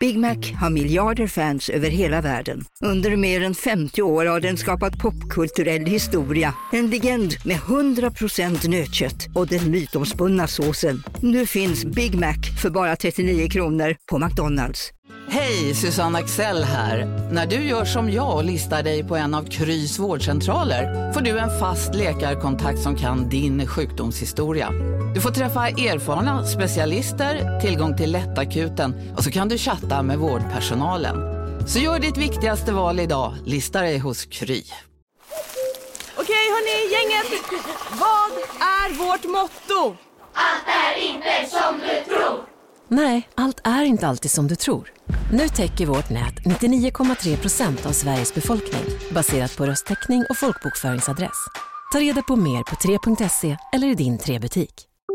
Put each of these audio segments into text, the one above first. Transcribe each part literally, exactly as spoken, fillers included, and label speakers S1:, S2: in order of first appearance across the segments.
S1: Big Mac har miljarder fans över hela världen. Under mer än femtio år har den skapat popkulturell historia. En legend med hundra procent nötkött och den mytomspunna såsen. Nu finns Big Mac för bara trettionio kronor på McDonald's.
S2: Hej, Susanne Axel här. När du gör som jag och listar dig på en av Krys vårdcentraler får du en fast läkarkontakt som kan din sjukdomshistoria. Du får träffa erfarna specialister, tillgång till lättakuten och så kan du chatta med vårdpersonalen. Så gör ditt viktigaste val idag, lista dig hos Kry.
S3: Okej hörni, gänget, vad är vårt motto?
S4: Allt är inte som du tror.
S5: Nej, allt är inte alltid som du tror. Nu täcker vårt nät nittionio komma tre procent av Sveriges befolkning baserat på röstteckning och folkbokföringsadress. Ta reda på mer på tre punkt se eller i din tre-butik.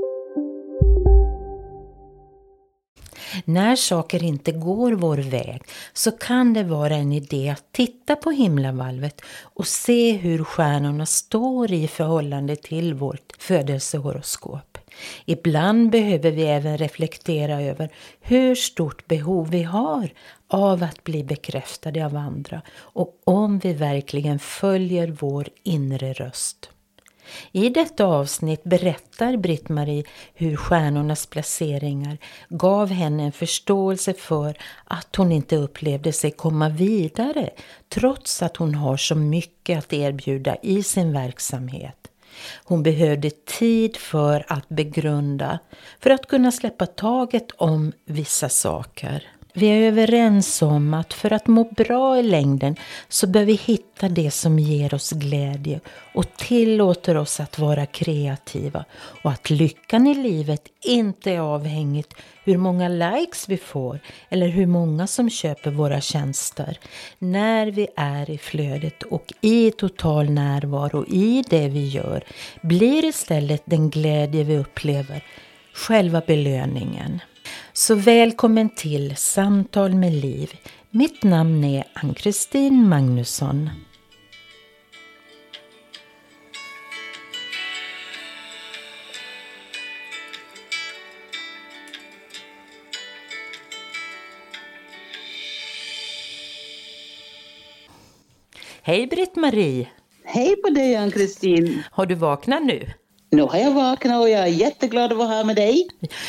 S6: När saker inte går vår väg så kan det vara en idé att titta på himlavalvet och se hur stjärnorna står i förhållande till vårt födelsehoroskop. Ibland behöver vi även reflektera över hur stort behov vi har av att bli bekräftade av andra och om vi verkligen följer vår inre röst. I detta avsnitt berättar Britt-Marie hur stjärnornas placeringar gav henne en förståelse för att hon inte upplevde sig komma vidare trots att hon har så mycket att erbjuda i sin verksamhet. Hon behövde tid för att begrunda, för att kunna släppa taget om vissa saker. Vi är överens om att för att må bra i längden så bör vi hitta det som ger oss glädje och tillåter oss att vara kreativa och att lyckan i livet inte är avhängigt hur många likes vi får eller hur många som köper våra tjänster. När vi är i flödet och i total närvaro i det vi gör blir istället den glädje vi upplever själva belöningen. Så välkommen till Samtal med Liv. Mitt namn är Ann-Kristin Magnusson. Hej Britt-Marie!
S7: Hej på dig Ann-Kristin!
S6: Har du vaknat nu?
S7: Nu har jag vaknat och jag är jätteglad att vara här med dig.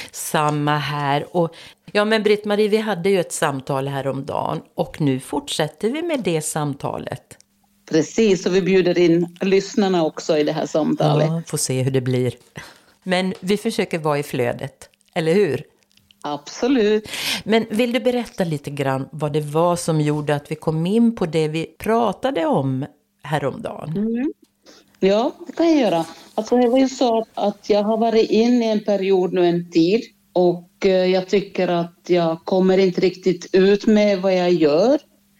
S6: Samma här. Och, ja men Britt-Marie, vi hade ju ett samtal här om dagen och nu fortsätter vi med det samtalet.
S7: Precis, och vi bjuder in lyssnarna också i det här samtalet.
S6: Ja, får se hur det blir. Men vi försöker vara i flödet, eller hur?
S7: Absolut.
S6: Men vill du berätta lite grann vad det var som gjorde att vi kom in på det vi pratade om häromdagen?
S7: Mm. Ja, det kan jag göra. Alltså det var ju så att jag har varit in i en period nu en tid och jag tycker att jag kommer inte riktigt ut med vad jag gör.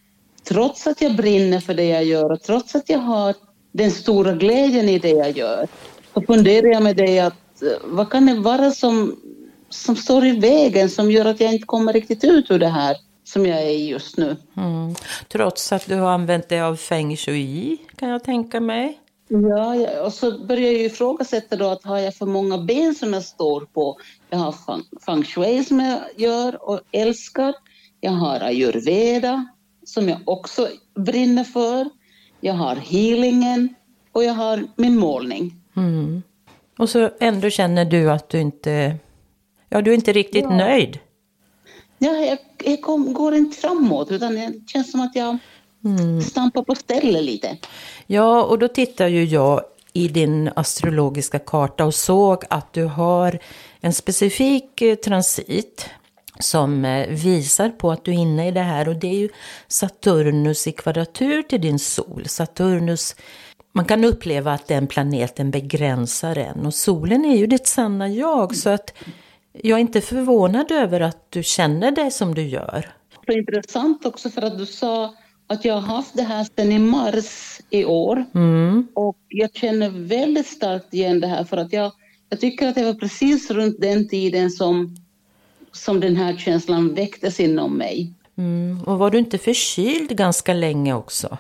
S7: Trots att jag brinner för det jag gör och trots att jag har den stora glädjen i det jag gör. Så funderar jag med det att vad kan det vara som, som står i vägen som gör att jag inte kommer riktigt ut ur det här som jag är i just nu.
S6: Mm. Trots att du har använt det av feng shui kan jag tänka mig.
S7: Ja, och så börjar jag ju ifrågasätta då att har jag för många ben som jag står på. Jag har feng shui som jag gör och älskar. Jag har ayurveda som jag också brinner för. Jag har healingen och jag har min målning.
S6: Mm. Och så ändå känner du att du inte, ja, du är inte riktigt ja. nöjd.
S7: Ja, jag, jag kom, går inte framåt utan det känns som att jag mm. stampar på stället lite.
S6: Ja, och då tittar ju jag i din astrologiska karta och såg att du har en specifik eh, transit som eh, visar på att du är inne i det här. Och det är ju Saturnus i kvadratur till din sol. Saturnus, man kan uppleva att den planeten begränsar en. Och solen är ju ditt sanna jag, så att jag är inte förvånad över att du känner det som du gör.
S7: Det är intressant också för att du sa att jag har haft det här sedan i mars i år. Mm. Och jag känner väldigt starkt igen det här för att jag, jag tycker att det var precis runt den tiden som, som den här känslan väcktes inom mig.
S6: Mm. Och var du inte förkyld ganska länge också?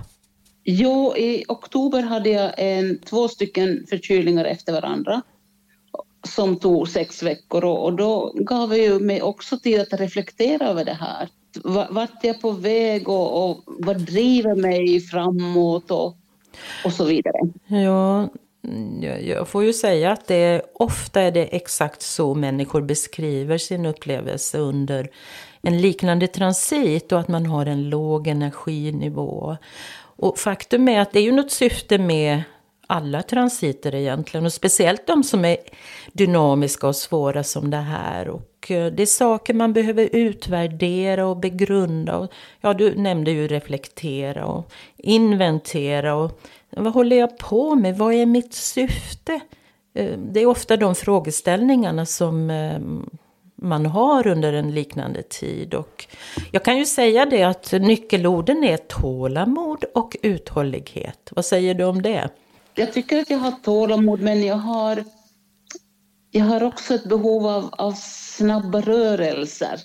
S7: Jo, i oktober hade jag en, två stycken förkylningar efter varandra som tog sex veckor och, och då gav jag ju mig också tid att reflektera över det här. vart jag är på väg och, och vad driver mig framåt och, och så vidare.
S6: Ja, jag får ju säga att det ofta är det exakt så människor beskriver sin upplevelse under en liknande transit och att man har en låg energinivå. Och faktum är att det är ju något syfte med alla transiter egentligen, och speciellt de som är dynamiska och svåra som det här. Och det är saker man behöver utvärdera och begrunda. Och, ja, du nämnde ju reflektera och inventera. Och vad håller jag på med? Vad är mitt syfte? Det är ofta de frågeställningarna som man har under en liknande tid. Och jag kan ju säga det att nyckelorden är tålamod och uthållighet. Vad säger du om det?
S7: Jag tycker att jag har tålamod, men jag har, jag har också ett behov av, av snabba rörelser.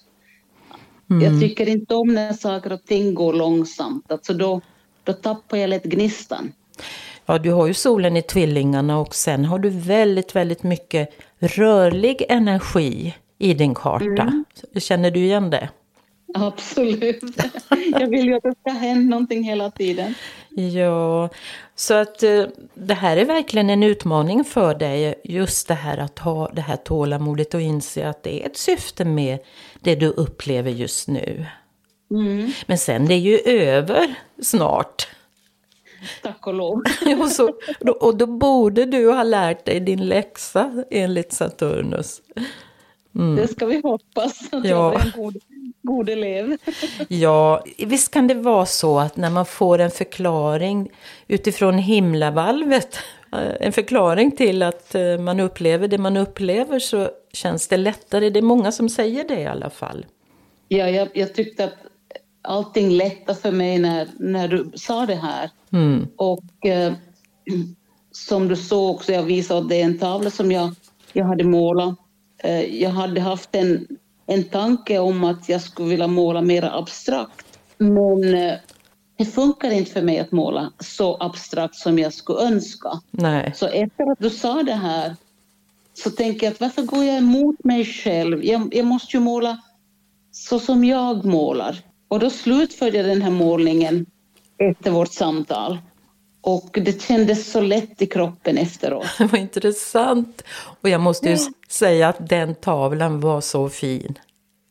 S7: Mm. Jag tycker inte om när saker och ting går långsamt. Alltså då, då tappar jag lätt gnistan.
S6: Ja, du har ju solen i tvillingarna och sen har du väldigt, väldigt mycket rörlig energi i din karta. Mm. Känner du igen det?
S7: Absolut. Jag vill ju att det ska hända någonting hela tiden.
S6: Ja, så att det här är verkligen en utmaning för dig. Just det här att ha det här tålamodet och inse att det är ett syfte med det du upplever just nu. Mm. Men sen det är ju över snart.
S7: Tack och lov.
S6: och, så, och då borde du ha lärt dig din läxa enligt Saturnus.
S7: Mm. Det ska vi hoppas att ja. Jag är en god, god elev.
S6: Ja, visst kan det vara så att när man får en förklaring utifrån himlavalvet, en förklaring till att man upplever det man upplever, så känns det lättare. Det är många som säger det i alla fall.
S7: Ja, jag, jag tyckte att allting lättade för mig när, när du sa det här. Mm. Och eh, som du såg också, jag visade det en tavla som jag, jag hade målat. Jag hade haft en, en tanke om att jag skulle vilja måla mer abstrakt. Men det funkar inte för mig att måla så abstrakt som jag skulle önska.
S6: Nej.
S7: Så efter att du sa det här så tänker jag att varför går jag emot mig själv? Jag, jag måste ju måla så som jag målar. Och då slutförde jag den här målningen efter vårt samtal. Och det kändes så lätt i kroppen efteråt.
S6: Vad intressant. Och jag måste ju ja. säga att den tavlan var så fin.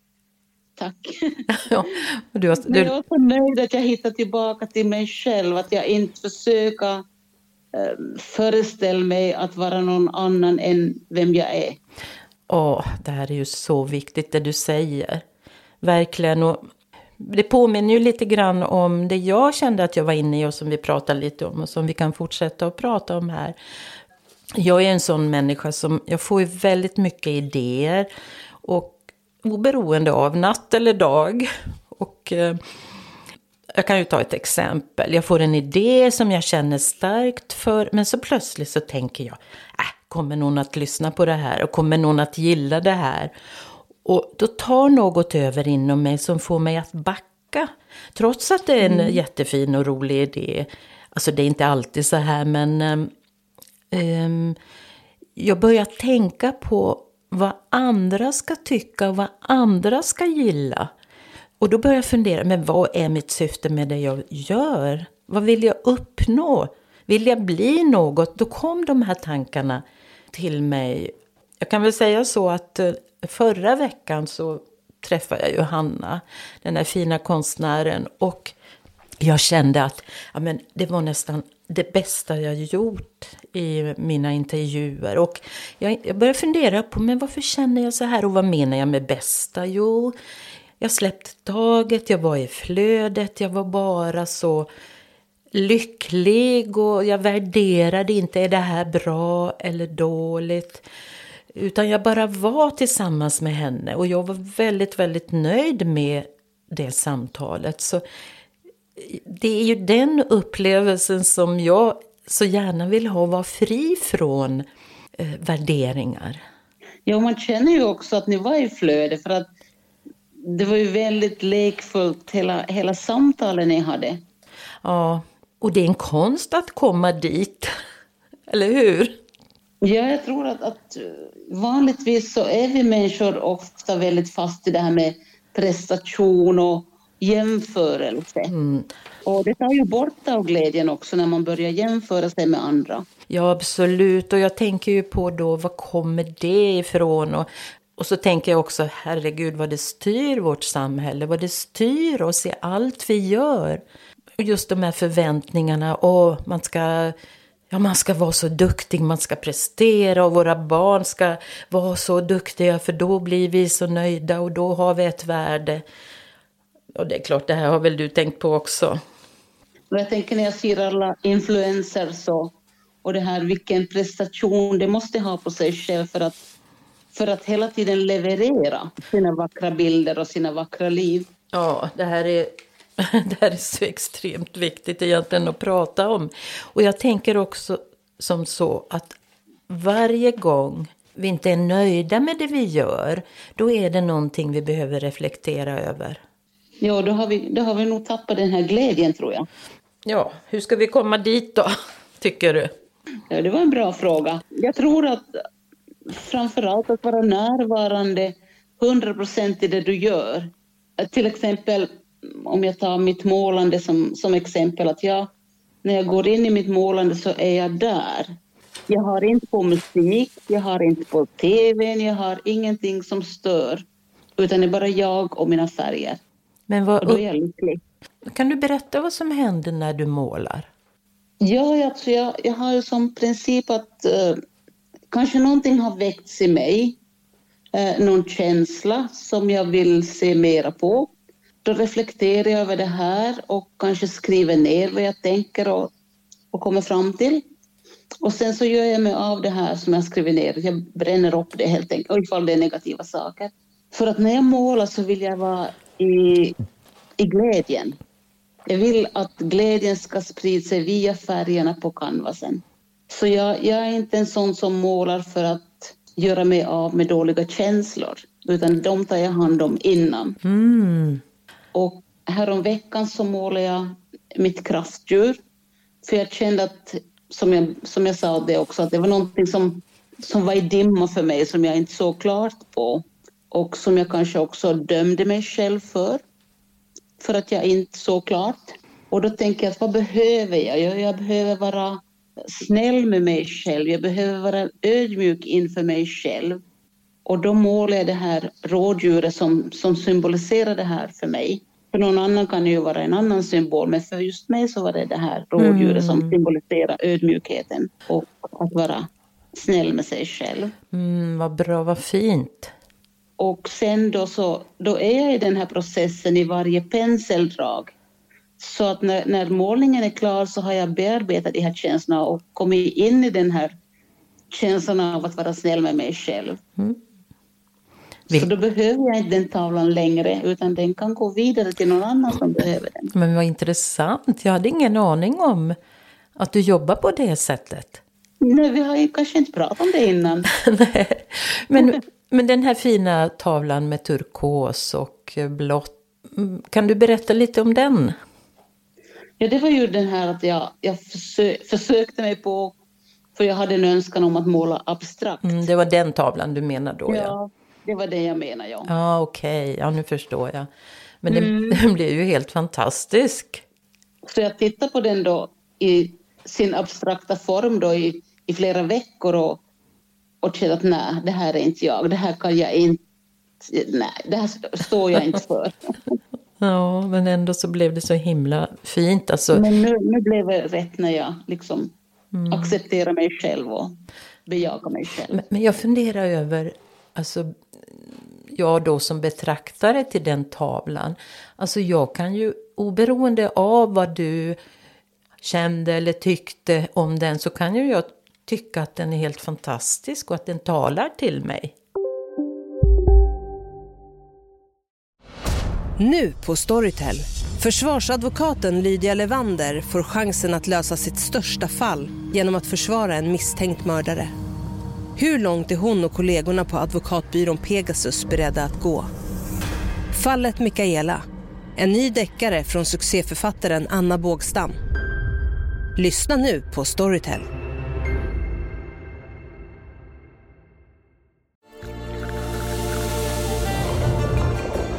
S7: Tack.
S6: ja, du har, du...
S7: Men jag var så nöjd att jag hittade tillbaka till mig själv. Att jag inte försöker eh, föreställa mig att vara någon annan än vem jag är.
S6: Åh, det här är ju så viktigt det du säger. Verkligen. Och det påminner ju lite grann om det jag kände att jag var inne i och som vi pratade lite om och som vi kan fortsätta att prata om här. Jag är en sån människa som, jag får ju väldigt mycket idéer och oberoende av natt eller dag. Och eh, jag kan ju ta ett exempel. Jag får en idé som jag känner starkt för, men så plötsligt så tänker jag, äh, kommer någon att lyssna på det här och kommer någon att gilla det här? Och då tar något över inom mig som får mig att backa. Trots att det är en mm. jättefin och rolig idé. Alltså det är inte alltid så här, men um, um, jag börjar tänka på vad andra ska tycka och vad andra ska gilla. Och då börjar jag fundera, men vad är mitt syfte med det jag gör? Vad vill jag uppnå? Vill jag bli något? Då kom de här tankarna till mig. Jag kan väl säga så att förra veckan så träffade jag Johanna, den där fina konstnären, och jag kände att ja, men det var nästan det bästa jag gjort i mina intervjuer. Och jag, jag började fundera på, men varför känner jag så här och vad menar jag med bästa? Jo, jag släppte taget, jag var i flödet, jag var bara så lycklig och jag värderade inte, är det här bra eller dåligt? Utan jag bara var tillsammans med henne och jag var väldigt, väldigt nöjd med det samtalet. Så det är ju den upplevelsen som jag så gärna vill ha, vara fri från eh, värderingar.
S7: Ja, man känner ju också att ni var i flöde, för att det var ju väldigt lekfullt hela, hela samtalen ni hade.
S6: Ja, och det är en konst att komma dit, eller hur?
S7: Ja, jag tror att, att vanligtvis så är vi människor ofta väldigt fast i det här med prestation och, jämförelse.
S6: Mm.
S7: Och det tar ju bort av glädjen också när man börjar jämföra sig med andra.
S6: Ja, absolut. Och jag tänker ju på då, vad kommer det ifrån? Och, och så tänker jag också, herregud, vad det styr vårt samhälle. Vad det styr oss i allt vi gör. Och just de här förväntningarna. Och man ska, ja, man ska vara så duktig, man ska prestera. Och våra barn ska vara så duktiga, för då blir vi så nöjda. Och då har vi ett värde. Och det är klart, det här har väl du tänkt på också.
S7: Och jag tänker när jag ser alla influencers så, och det här vilken prestation det måste ha på sig själv för att, för att hela tiden leverera sina vackra bilder och sina vackra liv.
S6: Ja, det här är, det här är så extremt viktigt egentligen att prata om. Och jag tänker också som så att varje gång vi inte är nöjda med det vi gör, då är det någonting vi behöver reflektera över.
S7: Ja, då har vi, då har vi nog tappat den här glädjen, tror jag.
S6: Ja, hur ska vi komma dit då, tycker du?
S7: Ja, det var en bra fråga. Jag tror att framförallt att vara närvarande hundra procent i det du gör. Till exempel, om jag tar mitt målande som, som exempel, att jag, när jag går in i mitt målande så är jag där. Jag har inte på musik, jag har inte på tvn, jag har ingenting som stör. Utan det är bara jag och mina färger.
S6: Men vad,
S7: och då är jag lycklig.
S6: Kan du berätta vad som händer när du målar?
S7: Ja, alltså jag, jag har ju som princip att eh, kanske någonting har väckts i mig. Eh, någon känsla som jag vill se mera på. Då reflekterar jag över det här och kanske skriver ner vad jag tänker och, och kommer fram till. Och sen så gör jag mig av det här som jag skriver ner. Jag bränner upp det helt enkelt, ifall det är negativa saker. För att när jag målar så vill jag vara i, i glädjen. Jag vill att glädjen ska sprida sig via färgerna på canvasen. Så jag, jag är inte en sån som målar för att göra mig av med dåliga känslor. Utan de tar jag hand om innan.
S6: Mm.
S7: Och härom veckan så målar jag mitt kraftdjur. För jag kände att, som jag, som jag sa det också, att det var någonting som, som var i dimma för mig. Som jag inte såg klart på. Och som jag kanske också dömde mig själv för. För att jag inte såg klart. Och då tänker jag att vad behöver jag? Jag, jag behöver vara snäll med mig själv. Jag behöver vara ödmjuk inför mig själv. Och då målar jag det här rådjuret som, som symboliserar det här för mig. För någon annan kan ju vara en annan symbol. Men för just mig så var det det här rådjuret mm. som symboliserar ödmjukheten. Och att vara snäll med sig själv.
S6: Mm, vad bra, vad fint.
S7: Och sen då så, då är jag i den här processen i varje penseldrag. Så att när, när målningen är klar så har jag bearbetat de här känslorna och kommit in i den här känslan av att vara snäll med mig själv. Mm. Vi... Så då behöver jag inte den tavlan längre, utan den kan gå vidare till någon annan som behöver den.
S6: Men vad intressant, jag hade ingen aning om att du jobbar på det sättet.
S7: Nej, vi har ju kanske inte pratat om det innan.
S6: Nej, men... Men den här fina tavlan med turkos och blått, kan du berätta lite om den?
S7: Ja, det var ju den här att jag, jag försö- försökte mig på, för jag hade en önskan om att måla abstrakt.
S6: Mm, det var den tavlan du menar då, ja?
S7: Ja, det var det jag menar, ja.
S6: Ja, okej. Okay. Ja, nu förstår jag. Men
S7: mm.
S6: den, den blev ju helt fantastisk.
S7: Så jag tittade på den då i sin abstrakta form då i, i flera veckor och Och kände att nej, det här är inte jag. Det här kan jag inte, nej, det här står jag inte för.
S6: Ja, men ändå så blev det så himla fint. Alltså...
S7: Men nu, nu blev det rätt när jag liksom mm. accepterar mig själv och bejakar mig själv.
S6: Men, men jag funderar över, alltså jag då som betraktare till den tavlan. Alltså jag kan ju, oberoende av vad du kände eller tyckte om den, så kan ju jag tycka att den är helt fantastisk och att den talar till mig.
S8: Nu på Storytel. Försvarsadvokaten Lydia Levander får chansen att lösa sitt största fall genom att försvara en misstänkt mördare. Hur långt är hon och kollegorna på advokatbyrån Pegasus beredda att gå? Fallet Mikaela. En ny deckare från succéförfattaren Anna Bågstam. Lyssna nu på Storytel.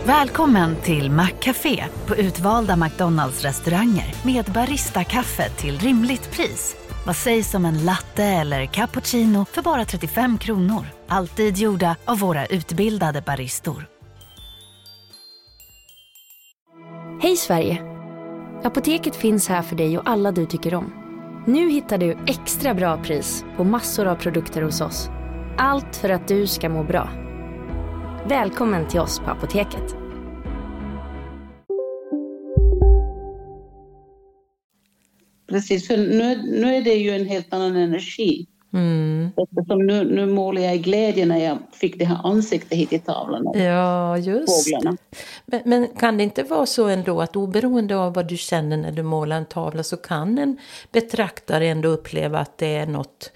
S9: Välkommen till Maccafé på utvalda McDonalds-restauranger med Barista-kaffe till rimligt pris. Vad sägs om en latte eller cappuccino för bara trettiofem kronor? Alltid gjorda av våra utbildade baristor.
S10: Hej Sverige! Apoteket finns här för dig och alla du tycker om. Nu hittar du extra bra pris på massor av produkter hos oss. Allt för att du ska må bra. Välkommen till oss på Apoteket.
S7: Precis, för nu, nu är det ju en helt annan energi.
S6: Mm.
S7: Eftersom nu, nu målar jag i glädje när jag fick det här ansiktet hit i tavlan.
S6: Ja, just.
S7: Fåglarna.
S6: Men, men kan det inte vara så ändå att oberoende av vad du känner när du målar en tavla så kan en betraktare ändå uppleva att det är något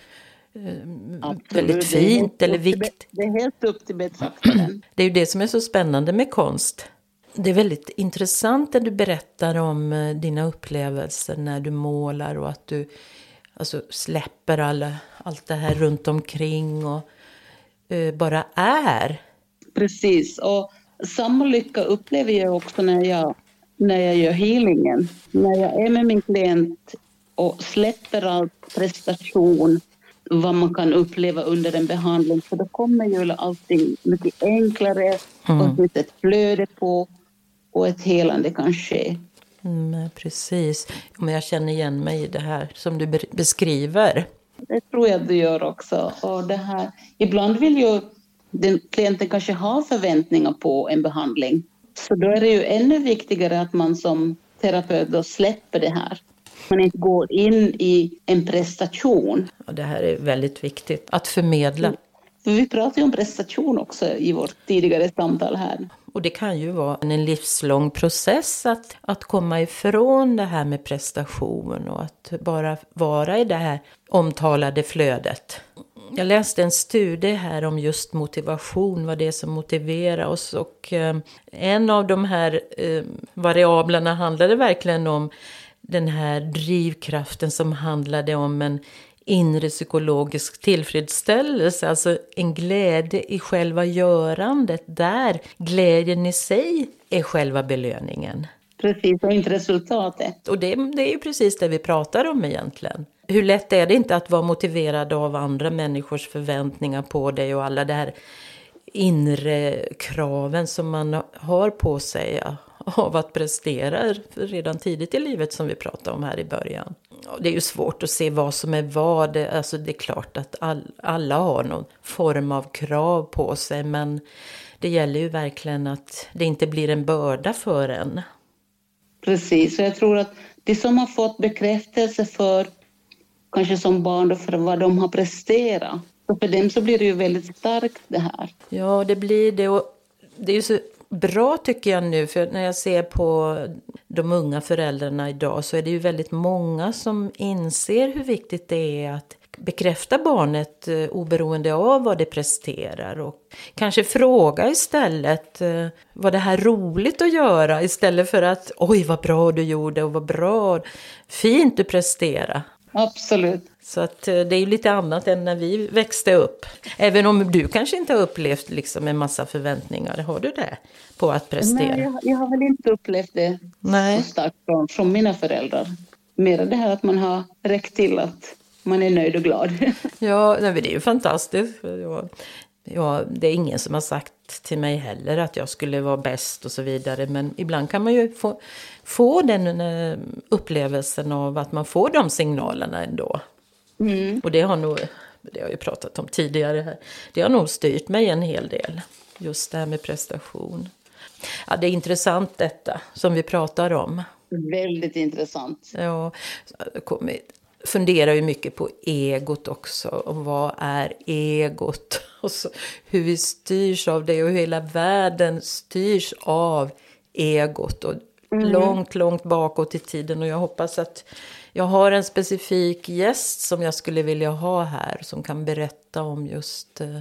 S6: eh, väldigt fint eller viktigt?
S7: Det är helt upp till betraktaren.
S6: Det är ju det som är så spännande med konst. Det är väldigt intressant när du berättar om eh, dina upplevelser när du målar och att du alltså, släpper alla, allt det här runt omkring och eh, bara är.
S7: Precis, och samma lycka upplever jag också när jag, när jag gör healingen. När jag är med min klient och släpper all prestation, vad man kan uppleva under en behandling. För då kommer ju allting mycket enklare mm. och finns ett flöde på och ett helande kan ske.
S6: Mm, precis. Men jag känner igen mig i det här som du beskriver.
S7: Det tror jag du gör också. Och det här, ibland vill ju den klienten kanske ha förväntningar på en behandling. Så då är det ju ännu viktigare att man som terapeut då släpper det här. Man inte går in i en prestation.
S6: Ja, det här är väldigt viktigt att förmedla.
S7: För vi pratar ju om prestation också i vårt tidigare samtal här.
S6: Och det kan ju vara en livslång process att, att komma ifrån det här med prestation och att bara vara i det här omtalade flödet. Jag läste en studie här om just motivation, vad det är som motiverar oss. Och eh, en av de här eh, variablerna handlade verkligen om den här drivkraften som handlade om en inre psykologisk tillfredsställelse, alltså en glädje i själva görandet där glädjen i sig är själva belöningen.
S7: Precis, och inte resultatet.
S6: Och det, det är ju precis det vi pratar om egentligen. Hur lätt är det inte att vara motiverad av andra människors förväntningar på dig och alla det här inre kraven som man har på sig, ja, av att prestera redan tidigt i livet som vi pratade om här i början. Det är ju svårt att se vad som är vad. Alltså det är klart att all, alla har någon form av krav på sig, men det gäller ju verkligen att det inte blir en börda för en.
S7: Precis, och jag tror att det som har fått bekräftelse för kanske som barn och för vad de har presterat, och för dem så blir det ju väldigt starkt det här.
S6: Ja, det blir det, och det är ju så bra tycker jag nu, för när jag ser på de unga föräldrarna idag så är det ju väldigt många som inser hur viktigt det är att bekräfta barnet eh, oberoende av vad det presterar och kanske fråga istället eh, vad det här roligt att göra istället för att oj vad bra du gjorde och vad bra, fint du presterade.
S7: Absolut.
S6: Så att det är ju lite annat än när vi växte upp. Även om du kanske inte har upplevt liksom en massa förväntningar. Har du det på att prestera?
S7: Nej, jag, jag har väl inte upplevt det
S6: Nej.
S7: så starkt från, från mina föräldrar. Mer det här att man har räckt till att man är nöjd och glad.
S6: Ja, det är ju fantastiskt. Ja, ja, det är ingen som har sagt till mig heller att jag skulle vara bäst och så vidare. Men ibland kan man ju få, få den uh, upplevelsen av att man får de signalerna ändå. Mm. Och det har nog, det har jag ju pratat om tidigare här, det har nog styrt mig en hel del. Just det här med prestation. Ja, det är intressant detta som vi pratar om.
S7: Väldigt intressant.
S6: Ja, jag kommer fundera ju mycket på egot också. Och vad är egot? Och så, hur vi styrs av det och hur hela världen styrs av egot. Och mm. långt, långt bakåt i tiden. Och jag hoppas att jag har en specifik gäst som jag skulle vilja ha här. Som kan berätta om just, eh,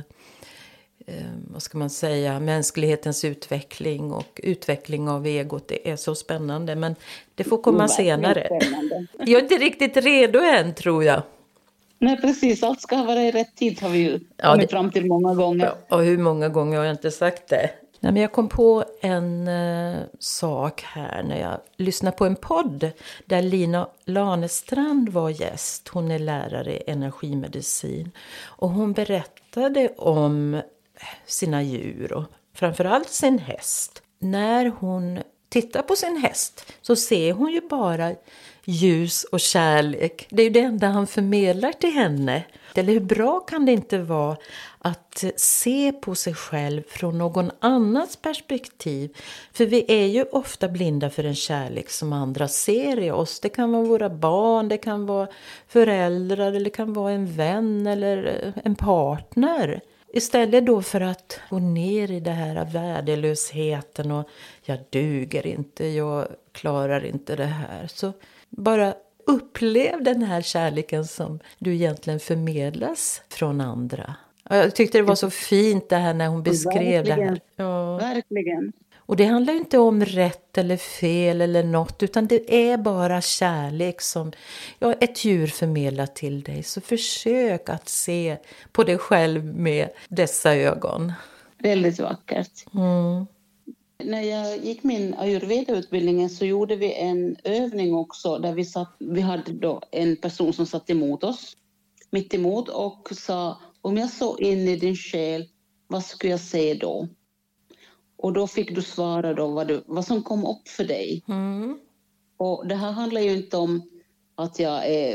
S6: eh, vad ska man säga, mänsklighetens utveckling och utveckling av egot. Det är så spännande, men det får komma det senare. Jag är inte riktigt redo än, tror jag.
S7: Nej, precis. Allt ska vara i rätt tid har vi ju ja, kommit det, fram till många gånger.
S6: Ja, och hur många gånger har jag inte sagt det? Nej, men jag kom på en uh, sak här när jag lyssnade på en podd där Lina Lanestrand var gäst. Hon är lärare i energimedicin och hon berättade om sina djur och framförallt sin häst. När hon tittar på sin häst så ser hon ju bara ljus och kärlek. Det är ju det enda han förmedlar till henne. Eller hur bra kan det inte vara att se på sig själv från någon annans perspektiv? För vi är ju ofta blinda för en kärlek som andra ser i oss. Det kan vara våra barn, det kan vara föräldrar, eller det kan vara en vän eller en partner. Istället då för att gå ner i det här värdelösheten och jag duger inte, jag klarar inte det här. Så bara upplev den här kärleken som du egentligen förmedlas från andra. Jag tyckte det var så fint det här när hon beskrev
S7: Verkligen.
S6: det här. Ja.
S7: Verkligen.
S6: Och det handlar ju inte om rätt eller fel eller något, utan det är bara kärlek som ja, ett djur förmedlar till dig. Så försök att se på dig själv med dessa ögon.
S7: Väldigt vackert.
S6: Mm.
S7: När jag gick min ayurveda-utbildningen så gjorde vi en övning också där vi, satt, vi hade då en person som satt emot oss, mitt emot, och sa om jag såg in i din själ, vad skulle jag se då? Och då fick du svara då vad, du, vad som kom upp för dig.
S6: Mm.
S7: Och det här handlar ju inte om att jag är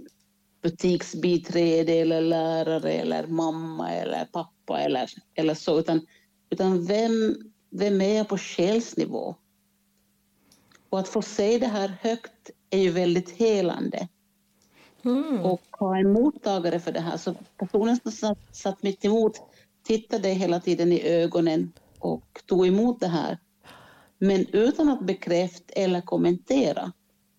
S7: butiksbiträde eller lärare eller mamma eller pappa eller, eller så. Utan, utan vem, vem är jag på själsnivå? Och att få se det här högt är ju väldigt helande. Mm. Och ha en mottagare för det här. Så personen som satt, satt mitt emot tittade hela tiden i ögonen och tog emot det här. Men utan att bekräfta eller kommentera.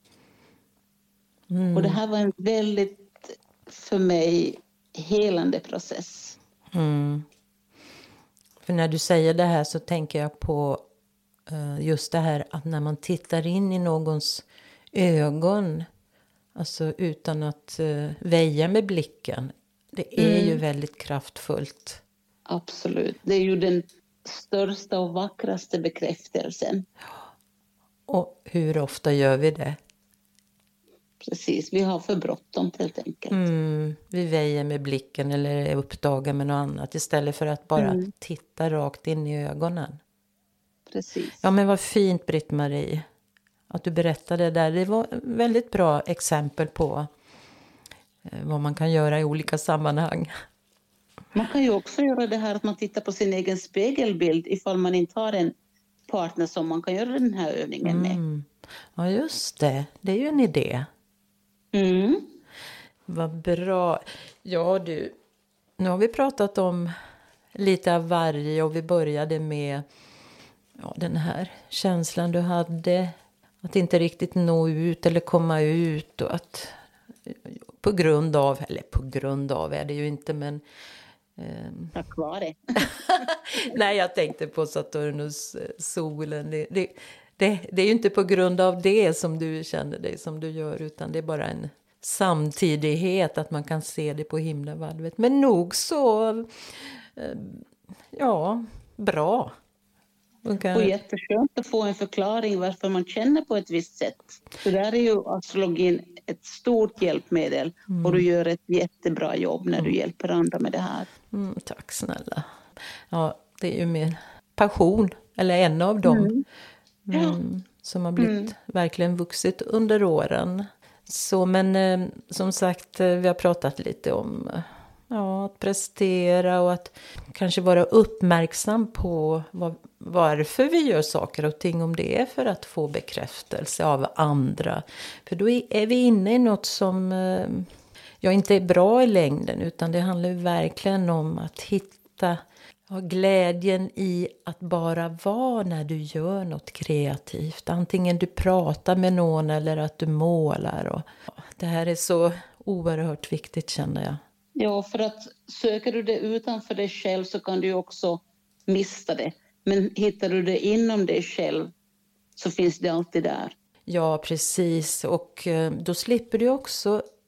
S7: Mm. Och det här var en väldigt, för mig, helande process.
S6: Mm. För när du säger det här så tänker jag på uh, just det här att när man tittar in i någons ögon, alltså utan att uh, väja med blicken, det är mm. ju väldigt kraftfullt.
S7: Absolut, det är ju den största och vackraste bekräftelsen.
S6: Och hur ofta gör vi det?
S7: Precis, vi har för bråttom helt enkelt.
S6: Mm, vi väjer med blicken eller uppdagar med något annat istället för att bara mm. titta rakt in i ögonen.
S7: Precis.
S6: Ja, men vad fint, Britt-Marie, att du berättade där. Det var väldigt bra exempel på eh, vad man kan göra i olika sammanhang.
S7: Man kan ju också göra det här att man tittar på sin egen spegelbild ifall man inte har en partner som man kan göra den här övningen med.
S6: Mm. Ja, just det. Det är ju en idé.
S7: Mm.
S6: Vad bra. Ja, du. Nu har vi pratat om lite av varje och vi började med ja, den här känslan du hade. Att inte riktigt nå ut eller komma ut och att på grund av, eller på grund av är det ju inte, men
S7: tack vare.
S6: Nej, jag tänkte på Saturnus, solen. Det, det, det, det är ju inte på grund av det som du känner dig som du gör, utan det är bara en samtidighet att man kan se det på himlavalvet. Men nog så, ja, bra.
S7: Kan... Och jätteskönt att få en förklaring varför man känner på ett visst sätt. Så där är ju astrologin ett stort hjälpmedel. Mm. Och du gör ett jättebra jobb när du hjälper andra med det här.
S6: Mm, tack snälla. Ja, det är ju min passion. Eller en av dem. Mm. Ja. Mm, som har blivit mm. verkligen vuxit under åren. Så, men eh, som sagt, vi har pratat lite om ja, att prestera och att kanske vara uppmärksam på vad, varför vi gör saker och ting, om det är för att få bekräftelse av andra. För då är vi inne i något som eh, ja, inte är bra i längden, utan det handlar ju verkligen om att hitta ja, glädjen i att bara vara när du gör något kreativt. Antingen du pratar med någon eller att du målar. Och, ja, det här är så oerhört viktigt, känner jag.
S7: Ja, för att söker du det utanför dig själv så kan du också mista det. Men hittar du det inom dig själv så finns det alltid där.
S6: Ja, precis. Och då slipper du också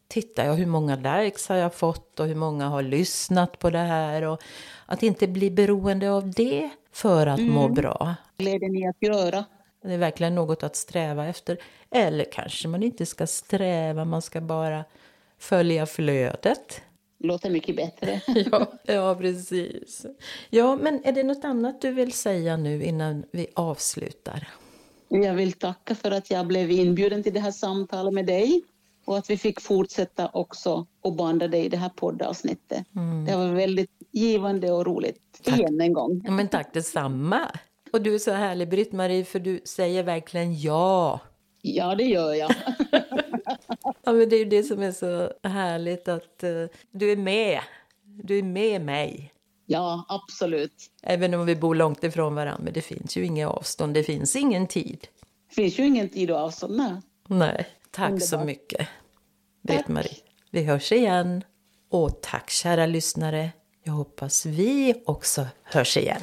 S6: titta jag hur många likes har jag fått och hur många har lyssnat på det här. Och att inte bli beroende av det för att mm. må bra.
S7: Glädjen i att göra.
S6: Det är verkligen något att sträva efter. Eller kanske man inte ska sträva, man ska bara följa flödet.
S7: Låter mycket bättre.
S6: ja, ja, precis. Ja, men är det något annat du vill säga nu innan vi avslutar?
S7: Jag vill tacka för att jag blev inbjuden till det här samtalet med dig. Och att vi fick fortsätta också och banda dig i det här poddavsnittet. Mm. Det var väldigt givande och roligt. Igen en gång.
S6: Ja, men tack detsamma. Och du är så härlig, Britt-Marie, för du säger verkligen ja.
S7: Ja, det gör jag.
S6: Ja, men det är ju det som är så härligt att uh, du är med. Du är med mig.
S7: Ja, absolut.
S6: Även om vi bor långt ifrån varandra, men det finns ju inga avstånd, det finns ingen tid.
S7: Det finns ju ingen tid och avstånd, nej.
S6: Nej, tack Underbar. Så mycket, Britt-Marie. Vi hörs igen. Och tack kära lyssnare. Jag hoppas vi också hörs igen.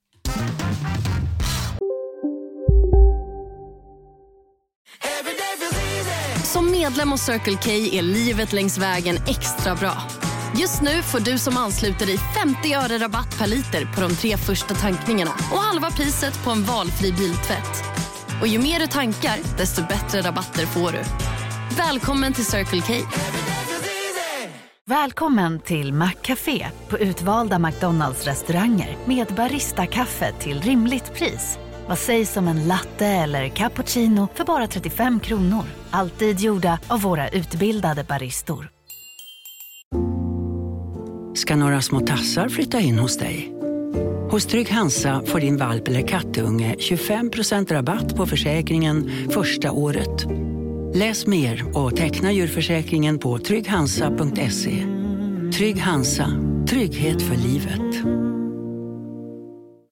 S11: Som medlem hos Circle K är livet längs vägen extra bra. Just nu får du som ansluter dig femtio öre rabatt per liter på de tre första tankningarna och halva priset på en valfri biltvätt. Och ju mer du tankar, desto bättre rabatter får du. Välkommen till Circle K.
S9: Välkommen till Maccafé på utvalda McDonalds-restauranger med Barista-kaffe till rimligt pris. Vad sägs om en latte eller cappuccino för bara trettiofem kronor? Alltid gjorda av våra utbildade baristor.
S12: Ska några små tassar flytta in hos dig? Hos Trygg Hansa får din valp eller kattunge tjugofem procent rabatt på försäkringen första året. Läs mer och teckna djurförsäkringen på trygg hansa punkt se. Trygg Hansa, trygghet för livet.